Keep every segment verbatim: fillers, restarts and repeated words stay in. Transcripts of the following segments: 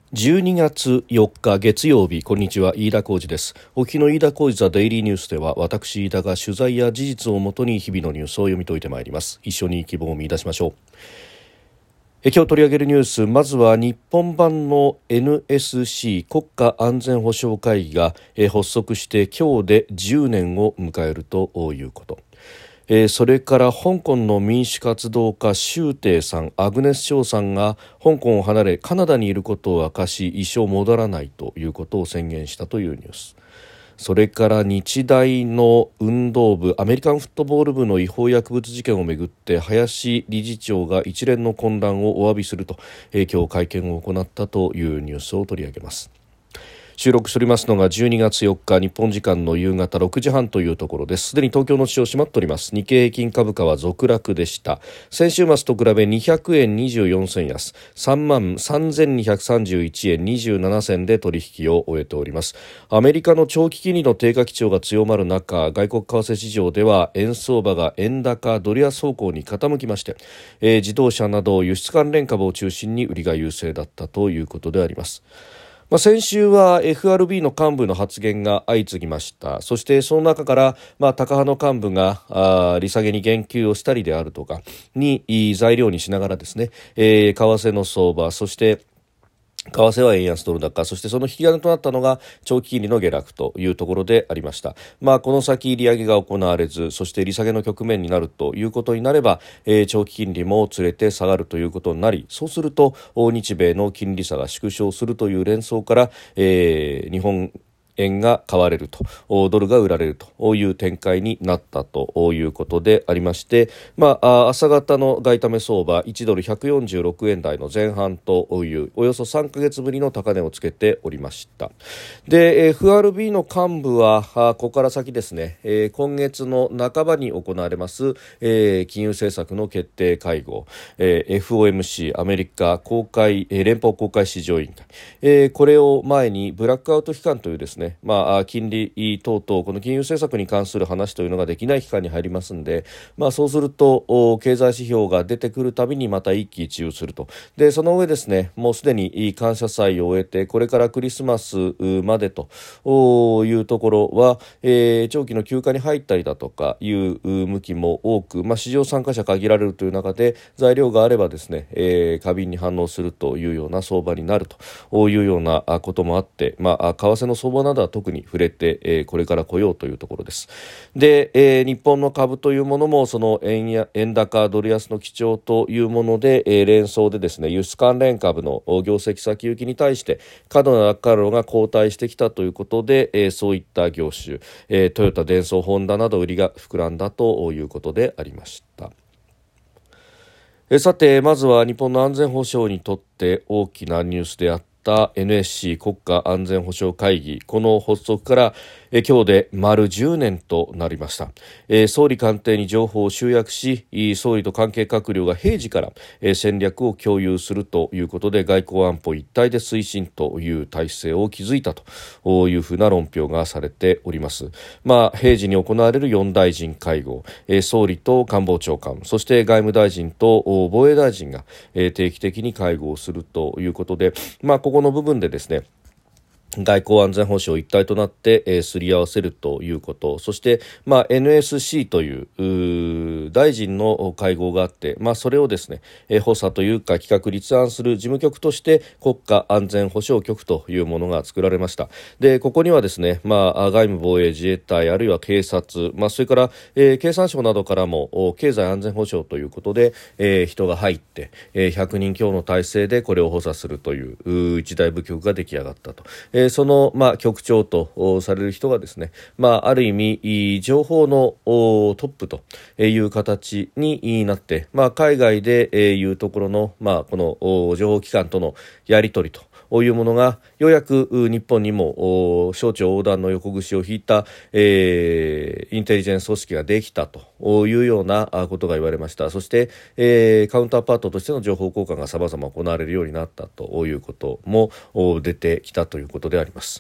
じゅうにがつよっか月曜日、こんにちは、飯田浩司です。お聞きの飯田浩司ザデイリーニュースでは、私飯田が取材や事実をもとに日々のニュースを読み解いてまいります。一緒に希望を見出しましょう。え今日取り上げるニュース、まずは日本版の エヌエスシー 国家安全保障会議がえ発足して今日でじゅうねんを迎えるということ。えー、それから香港の民主活動家周庭さん、アグネス・ショーさんが香港を離れカナダにいることを明かし、一生戻らないということを宣言したというニュース。それから日大の運動部、アメリカンフットボール部の違法薬物事件をめぐって林理事長が一連の混乱をお詫びすると、えー、今日会見を行ったというニュースを取り上げます。収録しておりますのがじゅうにがつよっか、日本時間の夕方ろくじはんというところです。すでに東京の市場閉まっております。日経平均株価は続落でした。先週末と比べにひゃくえんにじゅうよんせん安、さんまんさんぜんにひゃくさんじゅういちえんにじゅうなな銭で取引を終えております。アメリカの長期金利の低下基調が強まる中、外国為替市場では円相場が円高ドル安方向に傾きまして、えー、自動車など輸出関連株を中心に売りが優勢だったということであります。まあ、先週は エフアールビー の幹部の発言が相次ぎました。そしてその中から、まあ、タカ派の幹部があ利下げに言及をしたりであるとかに材料にしながらですね、えー、為替の相場、そして為替は円安ドル高、そしてその引き金となったのが長期金利の下落というところでありました。まあ、この先利上げが行われず、そして利下げの局面になるということになれば、えー、長期金利も連れて下がるということになり、そうすると日米の金利差が縮小するという連想から、えー、日本円が買われると、ドルが売られるという展開になったということでありまして、まあ、朝方の外為相場いちドルひゃくよんじゅうろくえん台の前半というおよそさんかげつぶりの高値をつけておりました。で エフアールビー の幹部はここから先ですね、今月の半ばに行われます金融政策の決定会合、 エフオーエムシー アメリカ公開連邦公開市場委員会、これを前にブラックアウト期間というですね、まあ、金利等々この金融政策に関する話というのができない期間に入りますので、まあ、そうすると経済指標が出てくるたびにまた一喜一憂すると。でその上ですね、もうすでに感謝祭を終えてこれからクリスマスまでというところは、えー、長期の休暇に入ったりだとかいう向きも多く、まあ、市場参加者限られるという中で材料があればですね、えー、過敏に反応するというような相場になるというようなこともあって、まあ、為替の相場などは特に触れて、えー、これから来ようというところです。で、えー、日本の株というものもその円や円高ドル安の基調というもので、えー、連想でですね、輸出関連株の業績先行きに対して過度な落下量が後退してきたということで、えー、そういった業種、えー、トヨタ、デンソー、ホンダなど売りが膨らんだということでありました。えさて、まずは日本の安全保障にとって大きなニュースであった エヌエスシー 国家安全保障会議、この発足からえ今日で丸じゅうねんとなりました。え総理官邸に情報を集約し、総理と関係閣僚が平時からえ戦略を共有するということで、外交安保一体で推進という体制を築いたというふうな論評がされております。まあ、平時に行われるよん大臣会合、え総理と官房長官、そして外務大臣と防衛大臣がえ定期的に会合するということで、まあ、ここの部分でですね、外交安全保障一体となって、えー、すり合わせるということ、そして、まあ、エヌエスシー という、う大臣の会合があって、まあ、それをですね、えー、補佐というか企画立案する事務局として国家安全保障局というものが作られました。でここにはですね、まあ、外務防衛自衛隊あるいは警察、まあ、それから、えー、経産省などからも経済安全保障ということで、えー、人が入って、えー、ひゃくにん強の体制でこれを補佐するという一大部局が出来上がったと。えー、その、まあ、局長とされる人がですね、まあ、ある意味情報のトップという形になって、まあ、海外でいうところの、まあ、この情報機関とのやり取りとこういうものがようやく日本にも省庁横断の横串を引いた、えー、インテリジェンス組織ができたというようなことが言われました。そして、えー、カウンターパートとしての情報交換が様々行われるようになったということも出てきたということであります。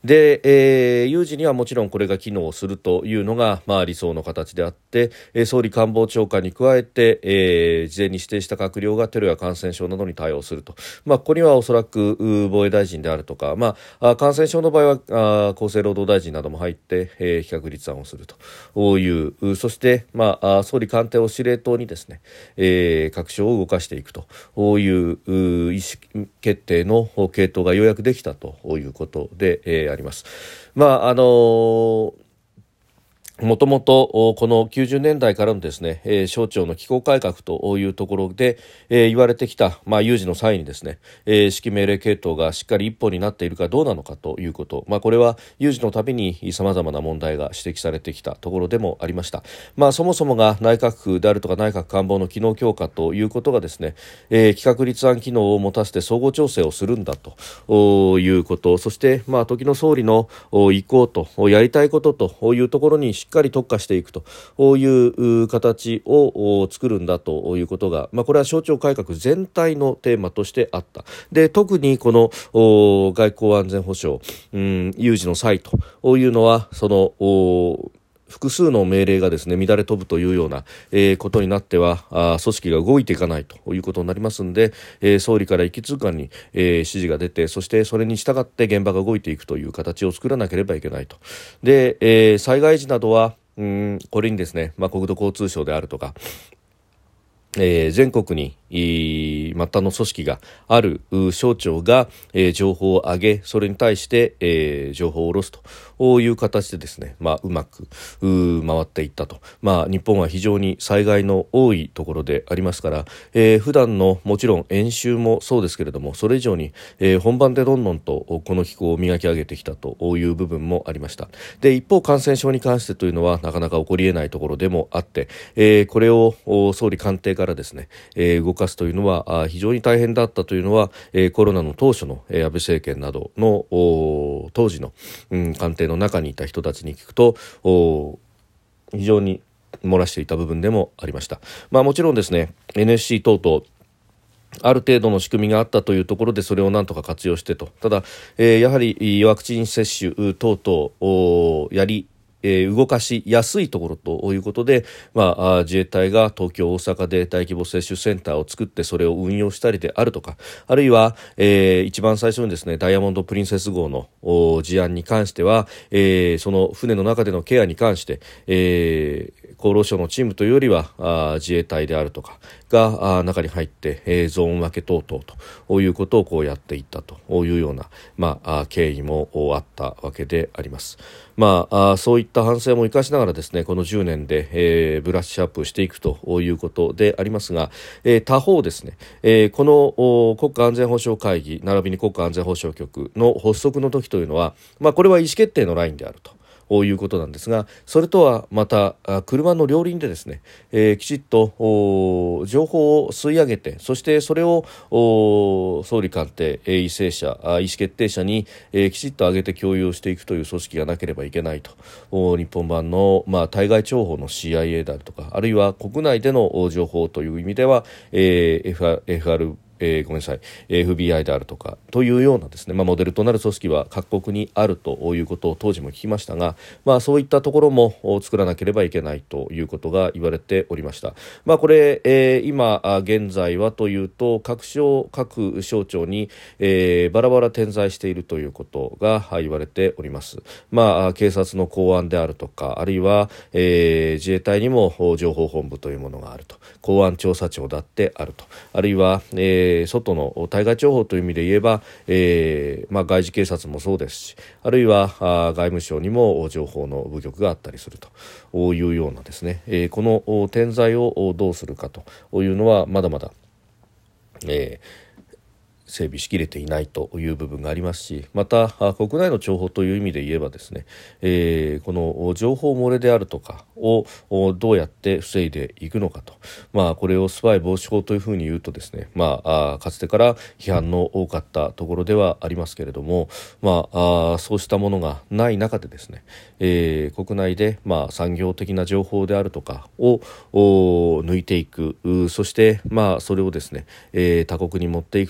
で、えー、有事にはもちろんこれが機能するというのが、まあ、理想の形であって、えー、総理官房長官に加えて、えー、事前に指定した閣僚がテロや感染症などに対応すると、まあ、ここにはおそらく防衛大臣であるとか、まあ、感染症の場合はあ厚生労働大臣なども入って、えー、非核立案をするという、そして、まあ、総理官邸を司令塔にですね、えー、各省を動かしていくという意思決定の系統がようやくできたということで、えー、あります。まああのーもともとこのきゅうじゅうねんだいからのですね、えー、省庁の機構改革というところで、えー、言われてきた、まあ、有事の際にですね、えー、指揮命令系統がしっかり一本になっているかどうなのかということ、まあ、これは有事のたびに様々な問題が指摘されてきたところでもありました。まあ、そもそもが内閣府であるとか内閣官房の機能強化ということがですね、えー、企画立案機能を持たせて総合調整をするんだということ、そして、まあ、時の総理の意向とやりたいことというところにしっかり特化していくという形を作るんだということが、まあ、これは省庁改革全体のテーマとしてあった。で、特にこの外交安全保障、うん、有事の際というのはその複数の命令がですね乱れ飛ぶというような、えー、ことになってはあ組織が動いていかないということになりますので、えー、総理から一気通貫に、えー、指示が出て、そしてそれに従って現場が動いていくという形を作らなければいけないと。で、えー、災害時などはうんこれにですね、まあ、国土交通省であるとか、えー、全国に末端の組織がある省庁が、えー、情報を上げ、それに対して、えー、情報を下ろすという形でですね、まあ、うまくう回っていったと。まあ、日本は非常に災害の多いところでありますから、えー、普段のもちろん演習もそうですけれども、それ以上に、えー、本番でどんどんとこの機構を磨き上げてきたという部分もありました。で、一方感染症に関してというのはなかなか起こり得ないところでもあって、えー、これを総理官邸からですね、えー、動かすというのは非常に大変だったというのは、えー、コロナの当初の、えー、安倍政権などの当時の、うん、官邸の中にいた人たちに聞くと非常に漏らしていた部分でもありました。まあ、もちろんですね エヌエスシー 等々ある程度の仕組みがあったというところでそれをなんとか活用してと。ただ、えー、やはりワクチン接種等々をやりえー、動かしやすいところということで、まあ、自衛隊が東京大阪で大規模接種センターを作ってそれを運用したりであるとか、あるいは、えー、一番最初にですねダイヤモンドプリンセス号の事案に関しては、えー、その船の中でのケアに関して、えー、厚労省のチームというよりはあ自衛隊であるとかが中に入って、えー、ゾーン分け等々ということをこうやっていったというような、まあ、経緯もあったわけであります。まあ、あそういった反省も生かしながらですねこのじゅうねんで、えー、ブラッシュアップしていくということでありますが、えー、他方ですね、えー、この国家安全保障会議並びに国家安全保障局の発足の時というのは、まあ、これは意思決定のラインであるとこういうことなんですが、それとはまた車の両輪でですね、えー、きちっと情報を吸い上げて、そしてそれを総理官邸、為政者、意思決定者に、えー、きちっと上げて共有していくという組織がなければいけないと。日本版の、まあ、対外諜報の シーアイエー であるとか、あるいは国内での情報という意味では、えー、エフアールえー、ごめんなさい エフビーアイ であるとかというようなですね、まあ、モデルとなる組織は各国にあるということを当時も聞きましたが、まあ、そういったところも作らなければいけないということが言われておりました。まあ、これ、えー、今現在はというと各省各省庁に、えー、バラバラ点在しているということが言われております。まあ、警察の公安であるとか、あるいは、えー、自衛隊にも情報本部というものがあると、公安調査庁だってあると、あるいは、えー外の対外情報という意味で言えば、えーまあ、外事警察もそうですし、あるいはあ外務省にも情報の部局があったりするというようなですね、えー、この点在をどうするかというのはまだまだ、えー整備しきれていないという部分がありますし、また国内の情報という意味で言えばですね、えー、この情報漏れであるとかをどうやって防いでいくのかと、まあ、これをスパイ防止法というふうに言うとですね、まあ、あかつてから批判の多かったところではありますけれども、まあ、あそうしたものがない中でですね、えー、国内で、まあ、産業的な情報であるとかを抜いていく、そして、まあ、それをですね、えー、他国に持っていくということ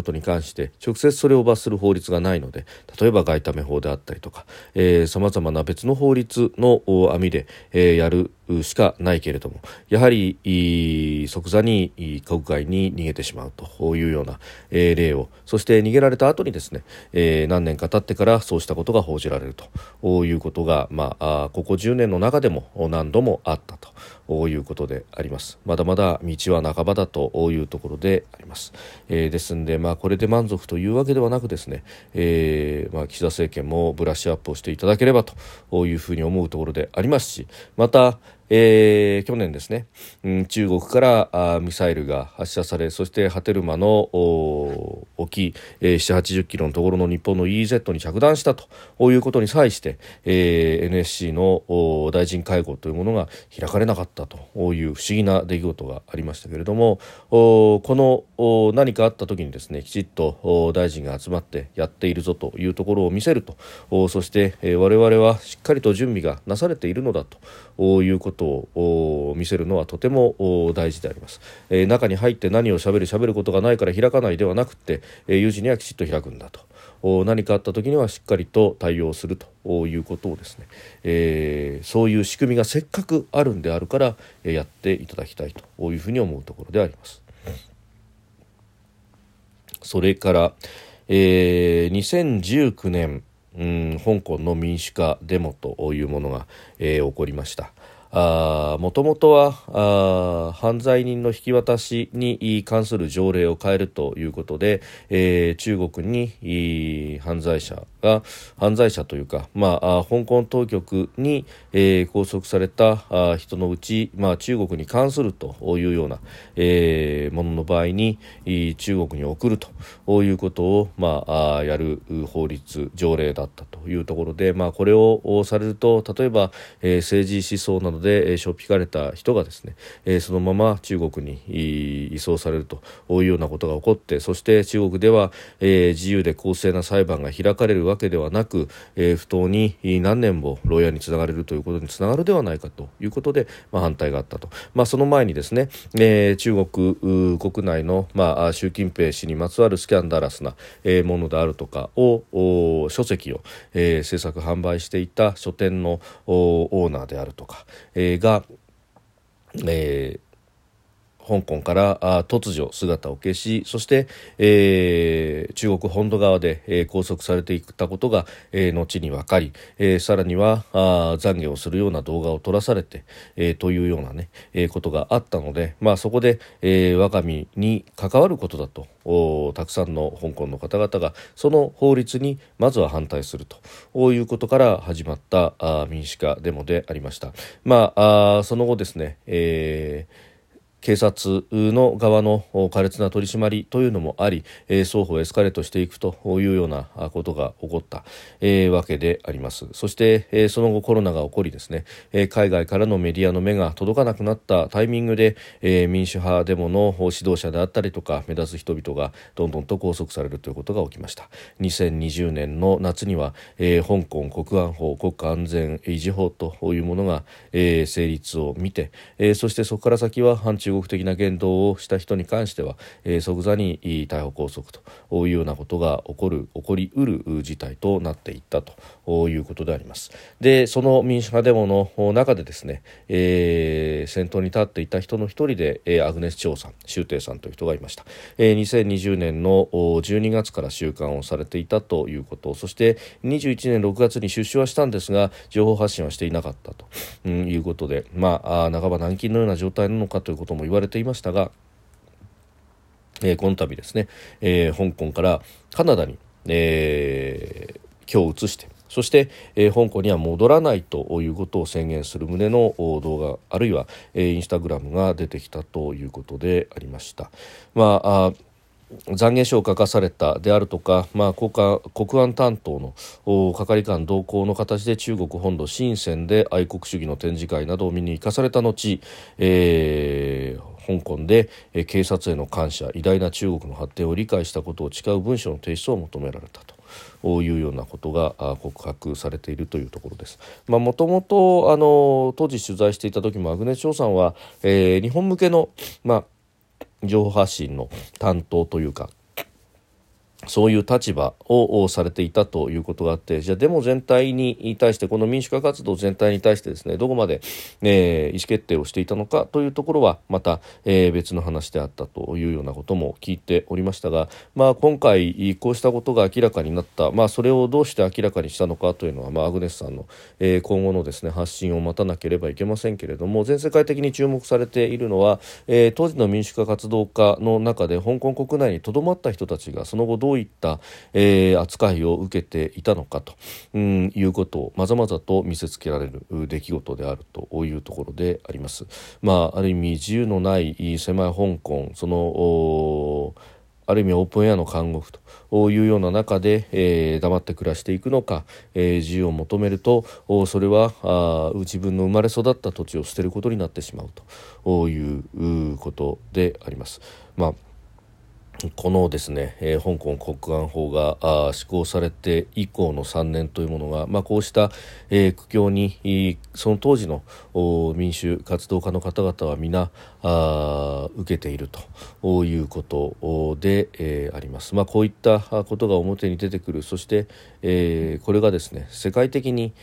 ことに関して直接それを罰する法律がないので、例えば外為法であったりとかさまざまな別の法律の網で、えー、やるしかないけれども、やはり即座に国外に逃げてしまうというような、えー、例を、そして逃げられた後にですね、えー、何年か経ってからそうしたことが報じられるということが、まあ、ここじゅうねんの中でも何度もあったということであります。まだまだ道は半ばだというところであります。えー、ですので、まあ、これで満足というわけではなくですね、えーまあ、岸田政権もブラッシュアップをしていただければというふうに思うところでありますし、またえー、去年ですね、うん、中国からあミサイルが発射され、そして波照間の沖、えー、ななじゅう、はちじゅっキロのところの日本の イーイーゼット に着弾したということに際して、えー、エヌエスシー の大臣会合というものが開かれなかったという不思議な出来事がありましたけれども、この何かあった時にですね、きちっと大臣が集まってやっているぞというところを見せると、そして、えー、我々はしっかりと準備がなされているのだということを見せるのはとても大事であります。えー、中に入って何をしゃべるしゃべることがないから開かないではなくて、えー、有事にはきちっと開くんだと、何かあった時にはしっかりと対応するということをですね、えー、そういう仕組みがせっかくあるんであるからやっていただきたいというふうに思うところであります。それから、えー、にせんじゅうきゅうねん、うん、香港の民主化デモというものが、えー、起こりました。もともとはあ犯罪人の引き渡しに関する条例を変えるということで、えー、中国に犯罪者が犯罪者というか、まあ、香港当局に、えー、拘束されたあ人のうち、まあ、中国に関するというような、えー、ものの場合に中国に送るということを、まあ、やる法律条例だったというところで、まあ、これをされると例えば、えー、政治思想などでしょっぴかれた人がですね、えー、そのまま中国に移送されるというようなことが起こって、そして中国では、えー、自由で公正な裁判が開かれるわけではなく、えー、不当に何年も牢屋につながれるということにつながるではないかということで、まあ、反対があったと。まあ、その前にですね、えー、中国国内の、まあ、習近平氏にまつわるスキャンダラスな、えー、ものであるとかを書籍を、えー、制作販売していた書店のオーナーであるとか、えー、が、えー香港からあ突如姿を消し、そして、えー、中国本土側で、えー、拘束されていったことが、えー、後に分かり、えー、さらにはあ懺悔をするような動画を撮らされて、えー、というような、ねえー、ことがあったので、まあ、そこで、えー、我が身に関わることだとたくさんの香港の方々がその法律にまずは反対するということから始まったあ民主化デモでありました。まあ、あその後ですね、えー警察の側の苛烈な取り締まりというのもあり、えー、双方エスカレートしていくというようなことが起こった、えー、わけであります。そして、えー、その後コロナが起こりですね、えー、海外からのメディアの目が届かなくなったタイミングで、えー、民主派デモの指導者であったりとか目立つ人々がどんどんと拘束されるということが起きました。にせんにじゅうねんの夏には、えー、香港国安法国家安全維持法というものが、えー、成立を見て、えー、そしてそこから先は反中国的な言動をした人に関しては、えー、即座に逮捕拘束というようなことが起こる起こりうる事態となっていったということであります。で、その民主派デモの中でですね、えー、先頭に立っていた人の一人で、えー、アグネス・チョウさん、周庭さんという人がいました。えー、にせんにじゅうねんのじゅうにがつから収監をされていたということ、そしてにじゅういちねんろくがつに出所はしたんですが情報発信はしていなかったと、うん、いうことで、まあ、半ば軟禁のような状態なのかということも言われていましたが、えー、この度ですね、えー、香港からカナダに、えー、居を移して、そして、えー、香港には戻らないということを宣言する旨の動画、あるいは、えー、インスタグラムが出てきたということでありました。まあ、あ懺悔書を書かされたであるとか、まあ、国家国安担当の係官同行の形で中国本土深センで愛国主義の展示会などを見に行かされた後、えー、香港で警察への感謝、偉大な中国の発展を理解したことを誓う文書の提出を求められたというようなことが告白されているというところです。もともと当時取材していた時もアグネス・チョウさんは、えー、日本向けの、まあ情報発信の担当というか、 そういう立場をされていたということがあって、じゃあデモ全体に対して、この民主化活動全体に対してですね、どこまで、えー、意思決定をしていたのかというところはまた、えー、別の話であったというようなことも聞いておりましたが、まあ、今回こうしたことが明らかになった、まあ、それをどうして明らかにしたのかというのは、まあ、アグネスさんの、えー、今後のですね発信を待たなければいけませんけれども、全世界的に注目されているのは、えー、当時の民主化活動家の中で香港国内にとどまった人たちがその後どういった、えー、扱いを受けていたのかと、うん、いうことをまざまざと見せつけられる出来事であるというところであります。まあ、ある意味自由のない狭い香港、そのある意味オープンエアの監獄というような中で、えー、黙って暮らしていくのか、えー、自由を求めるとそれはあ自分の生まれ育った土地を捨てることになってしまうということであります。まあこのですね、えー、香港国安法があ施行されて以降のさんねんというものが、まあ、こうした、えー、苦境にその当時の民主活動家の方々は皆あ受けているということで、えー、あります。まあ、こういったことが表に出てくる。そして、えー、これがですね世界的に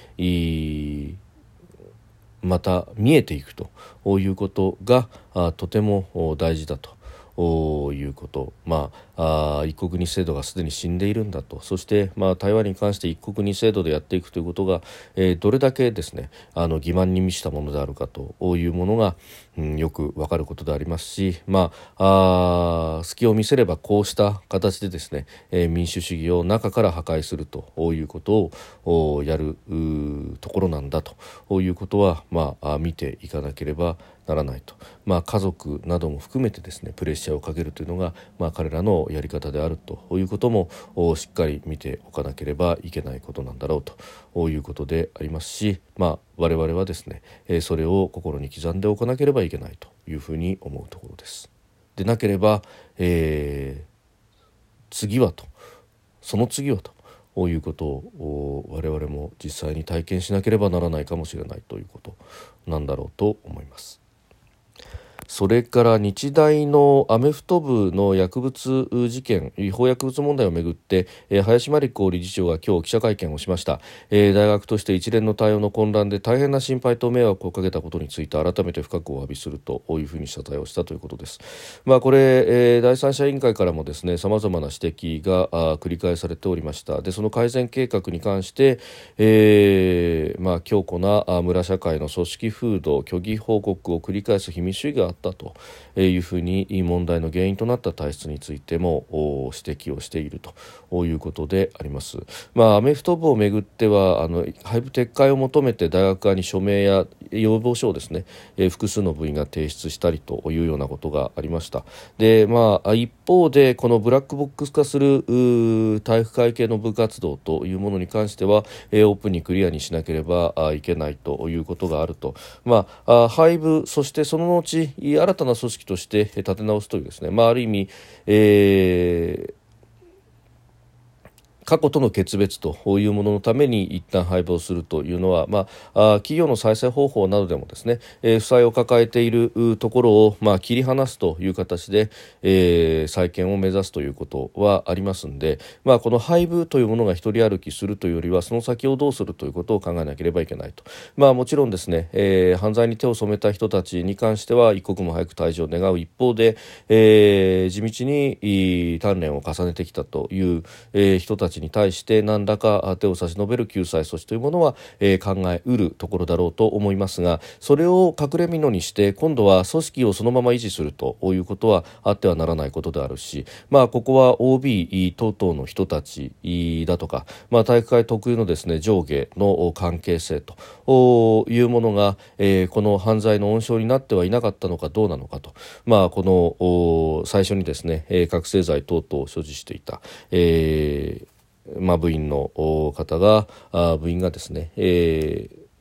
また見えていくということがあとても大事だということ、まあ、あ一国二制度がすでに死んでいるんだと、そして、まあ、台湾に関して一国二制度でやっていくということが、えー、どれだけですねあの欺瞞に満ちたものであるかというものが、うん、よくわかることでありますし、まあ、あ隙を見せればこうした形でですね、えー、民主主義を中から破壊するということをやるところなんだということは、まあ、見ていかなければならないと、まあ、家族なども含めてですねプレッシャーをかけるというのが、まあ、彼らのやり方であるということもしっかり見ておかなければいけないことなんだろうということでありますし、まあ、我々はですねそれを心に刻んでおかなければいけないというふうに思うところです。でなければ、えー、次はとその次はとこういうことを我々も実際に体験しなければならないかもしれないということなんだろうと思います。それから日大のアメフト部の薬物事件、違法薬物問題をめぐって、えー、林真理子理事長が今日記者会見をしました。えー、大学として一連の対応の混乱で大変な心配と迷惑をかけたことについて改めて深くお詫びするというふうに謝罪をしたということです。まあ、これ、えー、第三者委員会からもですね様々な指摘が繰り返されておりました。でその改善計画に関して、えーまあ、強固な村社会の組織風土、虚偽報告を繰り返す秘密主義があったというふうに問題の原因となった体質についても指摘をしているということであります。まあ、アメフト部をめぐってはあの廃部撤回を求めて大学側に署名や要望書をですね、えー、複数の部員が提出したりというようなことがありました。で、まあ、一方でこのブラックボックス化する体育会系の部活動というものに関しては、えー、オープンにクリアにしなければいけないということがあると、まあ、廃部そしてその後新たな組織として立て直すというですね、まあ、ある意味、えー過去との決別というもののために一旦廃部をするというのは、まあ、企業の再生方法などでもですね、えー、負債を抱えているところを、まあ、切り離すという形で、えー、再建を目指すということはありますので、まあ、この廃部というものが一人歩きするというよりはその先をどうするということを考えなければいけないと、まあ、もちろんですね、えー、犯罪に手を染めた人たちに関しては一刻も早く退場を願う一方で、えー、地道に鍛錬を重ねてきたという、えー、人たちに対して何らか手を差し伸べる救済措置というものは、えー、考えうるところだろうと思いますが、それを隠れ蓑にして今度は組織をそのまま維持するということはあってはならないことであるし、まあ、ここは オービー 等々の人たちだとか、まあ、体育会特有のですね上下の関係性というものが、えー、この犯罪の温床になってはいなかったのかどうなのかと、まあ、この最初にですね覚醒剤等々を所持していた、えーまあ、部員の方が部員がですね、えー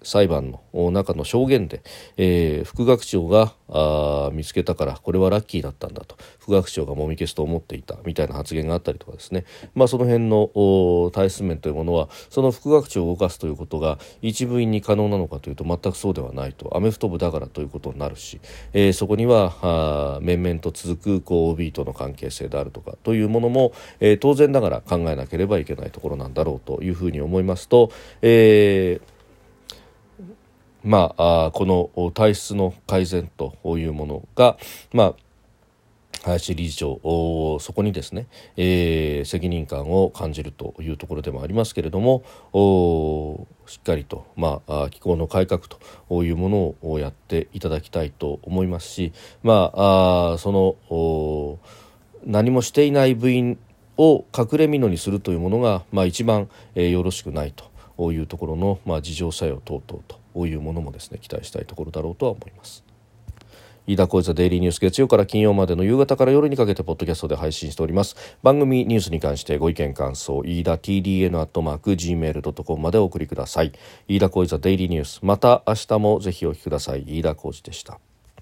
裁判の中の証言で、えー、副学長があ見つけたからこれはラッキーだったんだと、副学長がもみ消すと思っていたみたいな発言があったりとかですね、まあ、その辺の体質面というものはその副学長を動かすということが一部員に可能なのかというと全くそうではないと。アメフト部だからということになるし、えー、そこにはあ面々と続くこう オービー との関係性であるとかというものも、えー、当然ながら考えなければいけないところなんだろうというふうに思いますと、えーまあ、あこの体質の改善というものが、まあ、林理事長そこにですね、えー、責任感を感じるというところでもありますけれども、しっかりと、まあ、機構の改革というものをやっていただきたいと思いますし、まあ、あその何もしていない部員を隠れ蓑にするというものが、まあ、一番、えー、よろしくないというところの、まあ、自浄作用等々というものもですね期待したいところだろうとは思います。飯田浩司ザデイリーニュース、月曜から金曜までの夕方から夜にかけてポッドキャストで配信しております。番組ニュースに関してご意見感想、飯田 ティーディーエヌ アットマーク ジーメール ドットコム までお送りください。飯田浩司ザデイリーニュース、また明日もぜひお聞きください。飯田浩司でした。